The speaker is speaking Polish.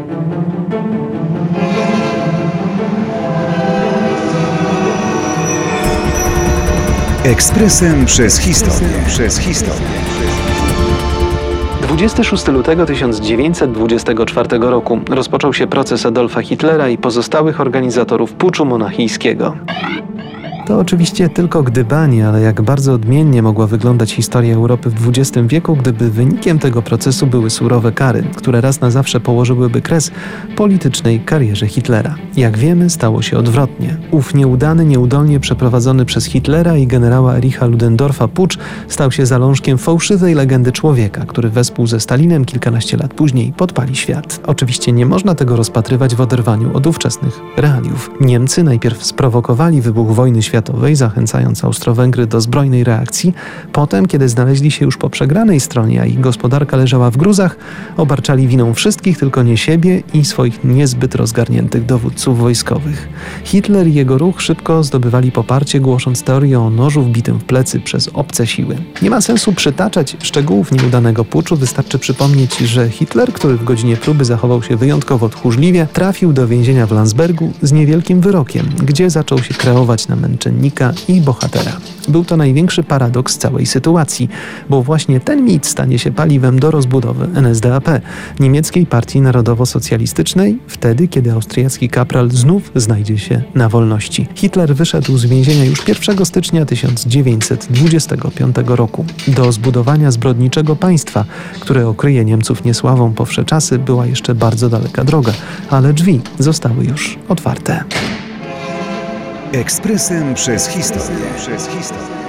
Ekspresem przez historię. 26 lutego 1924 roku rozpoczął się proces Adolfa Hitlera i pozostałych organizatorów puczu monachijskiego. To oczywiście tylko gdybanie, ale jak bardzo odmiennie mogła wyglądać historia Europy w XX wieku, gdyby wynikiem tego procesu były surowe kary, które raz na zawsze położyłyby kres politycznej karierze Hitlera. Jak wiemy, stało się odwrotnie. Ów nieudany, nieudolnie przeprowadzony przez Hitlera i generała Ericha Ludendorffa pucz stał się zalążkiem fałszywej legendy człowieka, który wespół ze Stalinem kilkanaście lat później podpali świat. Oczywiście nie można tego rozpatrywać w oderwaniu od ówczesnych realiów. Niemcy najpierw sprowokowali wybuch wojny światowej, zachęcając Austro-Węgry do zbrojnej reakcji. Potem, kiedy znaleźli się już po przegranej stronie, a ich gospodarka leżała w gruzach, obarczali winą wszystkich, tylko nie siebie i swoich niezbyt rozgarniętych dowódców wojskowych. Hitler i jego ruch szybko zdobywali poparcie, głosząc teorię o nożu wbitym w plecy przez obce siły. Nie ma sensu przytaczać szczegółów nieudanego puczu, wystarczy przypomnieć, że Hitler, który w godzinie próby zachował się wyjątkowo tchórzliwie, trafił do więzienia w Landsbergu z niewielkim wyrokiem, gdzie zaczął się kreować na męczennika i bohatera. Był to największy paradoks całej sytuacji, bo właśnie ten mit stanie się paliwem do rozbudowy NSDAP, niemieckiej partii narodowo-socjalistycznej, wtedy, kiedy austriacki kapral znów znajdzie się na wolności. Hitler wyszedł z więzienia już 1 stycznia 1925 roku. Do zbudowania zbrodniczego państwa, które okryje Niemców niesławą po wsze czasy, była jeszcze bardzo daleka droga, ale drzwi zostały już otwarte. Ekspresem przez historię.